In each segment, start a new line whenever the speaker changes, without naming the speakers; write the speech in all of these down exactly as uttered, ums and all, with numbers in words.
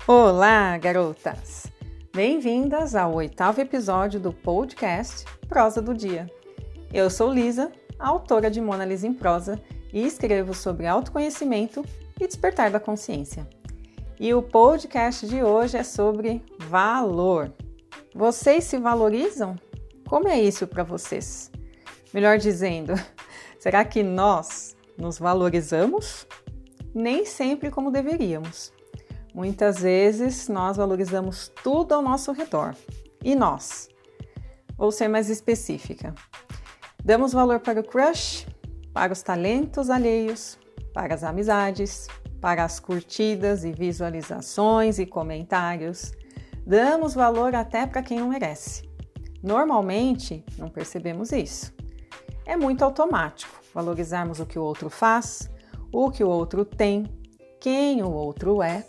Olá, garotas! Bem-vindas ao oitavo episódio do podcast Prosa do Dia. Eu sou Lisa, autora de Mona Lisa em Prosa, e escrevo sobre autoconhecimento e despertar da consciência. E o podcast de hoje é sobre valor. Vocês se valorizam? Como é isso para vocês? Melhor dizendo, será que nós nos valorizamos? Nem sempre como deveríamos. Muitas vezes nós valorizamos tudo ao nosso redor. E nós? Vou ser mais específica. Damos valor para o crush, para os talentos alheios, para as amizades, para as curtidas e visualizações e comentários. Damos valor até para quem não merece. Normalmente, não percebemos isso. É muito automático valorizarmos o que o outro faz, o que o outro tem, quem o outro é.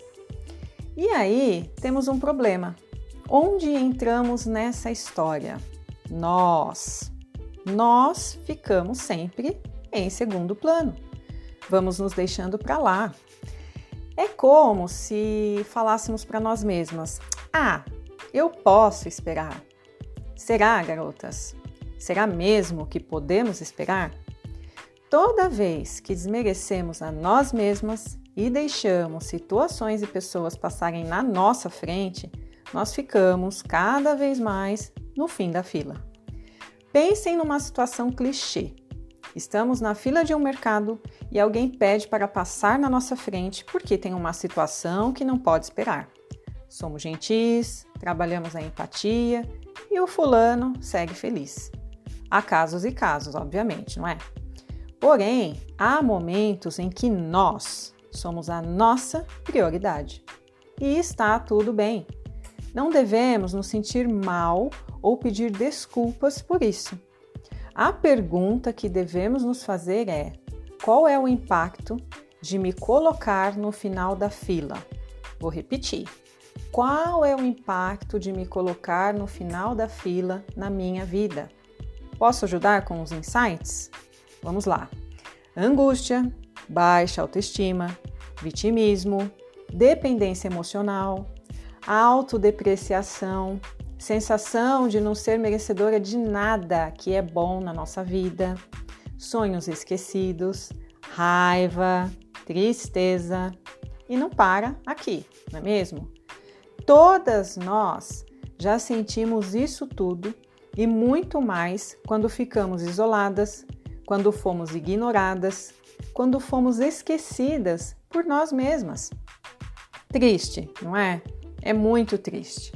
E aí, temos um problema. Onde entramos nessa história? Nós. Nós ficamos sempre em segundo plano. Vamos nos deixando para lá. É como se falássemos para nós mesmas: ah, eu posso esperar. Será, garotas? Será mesmo que podemos esperar? Toda vez que desmerecemos a nós mesmas e deixamos situações e pessoas passarem na nossa frente, nós ficamos cada vez mais no fim da fila. Pensem numa situação clichê. Estamos na fila de um mercado e alguém pede para passar na nossa frente porque tem uma situação que não pode esperar. Somos gentis, trabalhamos a empatia e o fulano segue feliz. Há casos e casos, obviamente, não é? Porém, há momentos em que nós somos a nossa prioridade. E está tudo bem. Não devemos nos sentir mal ou pedir desculpas por isso. A pergunta que devemos nos fazer é: qual é o impacto de me colocar no final da fila? Vou repetir. Qual é o impacto de me colocar no final da fila na minha vida? Posso ajudar com os insights? Vamos lá. Angústia, baixa autoestima, vitimismo, dependência emocional, autodepreciação, sensação de não ser merecedora de nada que é bom na nossa vida, sonhos esquecidos, raiva, tristeza. E não para aqui, não é mesmo? Todas nós já sentimos isso tudo e muito mais quando ficamos isoladas, quando fomos ignoradas, quando fomos esquecidas por nós mesmas. Triste, não é? É muito triste.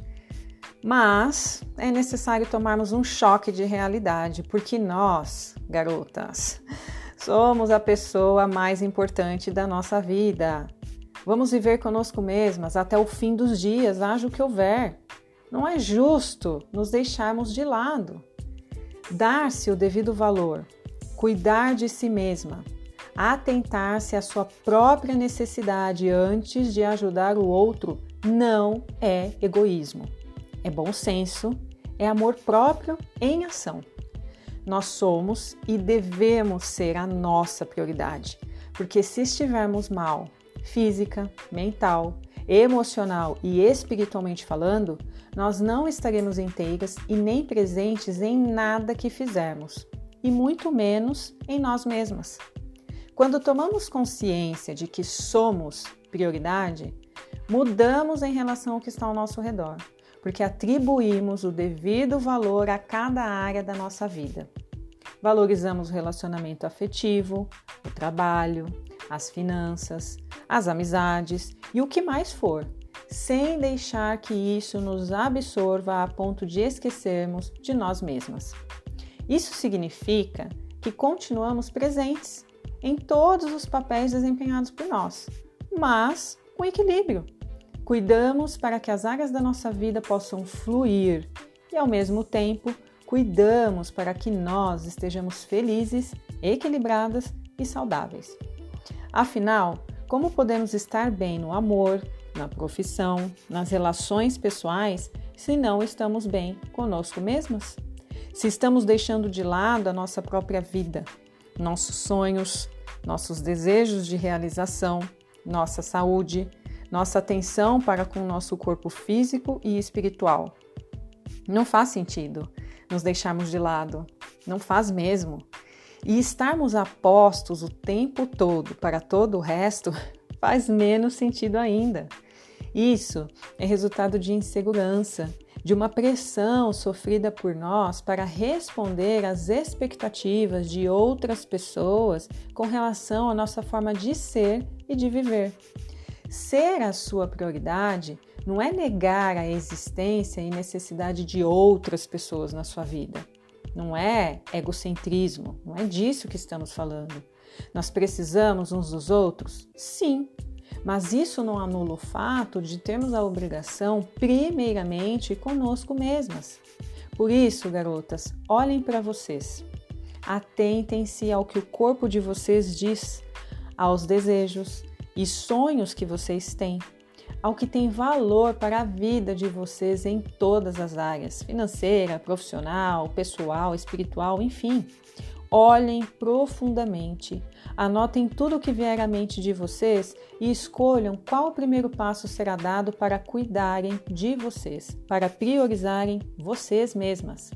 Mas é necessário tomarmos um choque de realidade, porque nós, garotas, somos a pessoa mais importante da nossa vida. Vamos viver conosco mesmas até o fim dos dias, haja o que houver. Não é justo nos deixarmos de lado. Dar-se o devido valor, cuidar de si mesma, atentar-se à sua própria necessidade antes de ajudar o outro não é egoísmo. É bom senso, é amor próprio em ação. Nós somos e devemos ser a nossa prioridade, porque se estivermos mal, física, mental, emocional e espiritualmente falando, nós não estaremos inteiras e nem presentes em nada que fizermos, e muito menos em nós mesmas. Quando tomamos consciência de que somos prioridade, mudamos em relação ao que está ao nosso redor, porque atribuímos o devido valor a cada área da nossa vida. Valorizamos o relacionamento afetivo, o trabalho, as finanças, as amizades e o que mais for, sem deixar que isso nos absorva a ponto de esquecermos de nós mesmas. Isso significa que continuamos presentes em todos os papéis desempenhados por nós, mas com equilíbrio. Cuidamos para que as áreas da nossa vida possam fluir e, ao mesmo tempo, cuidamos para que nós estejamos felizes, equilibradas e saudáveis. Afinal, como podemos estar bem no amor, na profissão, nas relações pessoais, se não estamos bem conosco mesmas? Se estamos deixando de lado a nossa própria vida, nossos sonhos, nossos desejos de realização, nossa saúde, nossa atenção para com o nosso corpo físico e espiritual. Não faz sentido nos deixarmos de lado, não faz mesmo. E estarmos apostos o tempo todo para todo o resto faz menos sentido ainda. Isso é resultado de insegurança, de uma pressão sofrida por nós para responder às expectativas de outras pessoas com relação à nossa forma de ser e de viver. Ser a sua prioridade não é negar a existência e necessidade de outras pessoas na sua vida. Não é egocentrismo, não é disso que estamos falando. Nós precisamos uns dos outros? Sim, mas isso não anula o fato de termos a obrigação, primeiramente, conosco mesmas. Por isso, garotas, olhem para vocês. Atentem-se ao que o corpo de vocês diz, aos desejos e sonhos que vocês têm, ao que tem valor para a vida de vocês em todas as áreas, financeira, profissional, pessoal, espiritual, enfim. Olhem profundamente, anotem tudo o que vier à mente de vocês e escolham qual o primeiro passo será dado para cuidarem de vocês, para priorizarem vocês mesmas.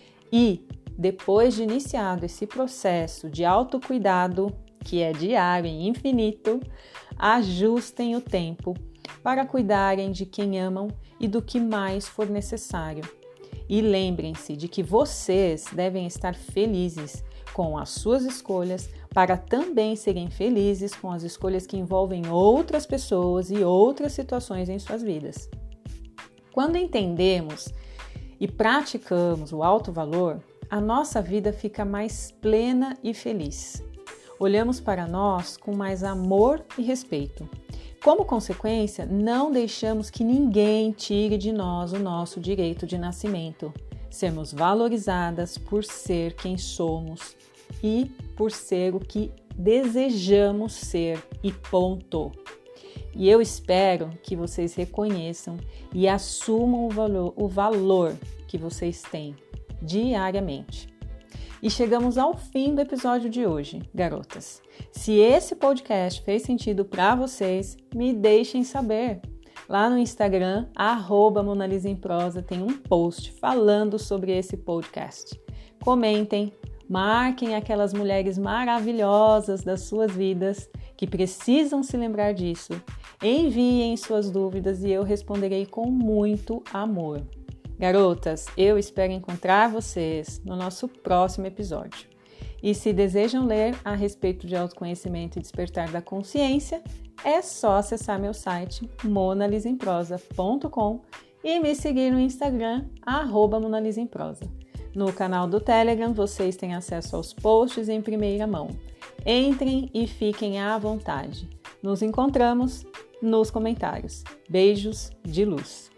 E, depois de iniciado esse processo de autocuidado, que é diário e infinito, ajustem o tempo para cuidarem de quem amam e do que mais for necessário. E lembrem-se de que vocês devem estar felizes com as suas escolhas para também serem felizes com as escolhas que envolvem outras pessoas e outras situações em suas vidas. Quando entendemos e praticamos o alto valor, a nossa vida fica mais plena e feliz. Olhamos para nós com mais amor e respeito. Como consequência, não deixamos que ninguém tire de nós o nosso direito de nascimento. Sermos valorizadas por ser quem somos e por ser o que desejamos ser e ponto. E eu espero que vocês reconheçam e assumam o valor, o valor que vocês têm diariamente. E chegamos ao fim do episódio de hoje, garotas. Se esse podcast fez sentido para vocês, me deixem saber. Lá no Instagram, arroba Monalisa em Prosa, tem um post falando sobre esse podcast. Comentem, marquem aquelas mulheres maravilhosas das suas vidas que precisam se lembrar disso. Enviem suas dúvidas e eu responderei com muito amor. Garotas, eu espero encontrar vocês no nosso próximo episódio. E se desejam ler a respeito de autoconhecimento e despertar da consciência, é só acessar meu site monalisa em prosa ponto com e me seguir no Instagram, arroba Monalisa em Prosa. No canal do Telegram, vocês têm acesso aos posts em primeira mão. Entrem e fiquem à vontade. Nos encontramos nos comentários. Beijos de luz.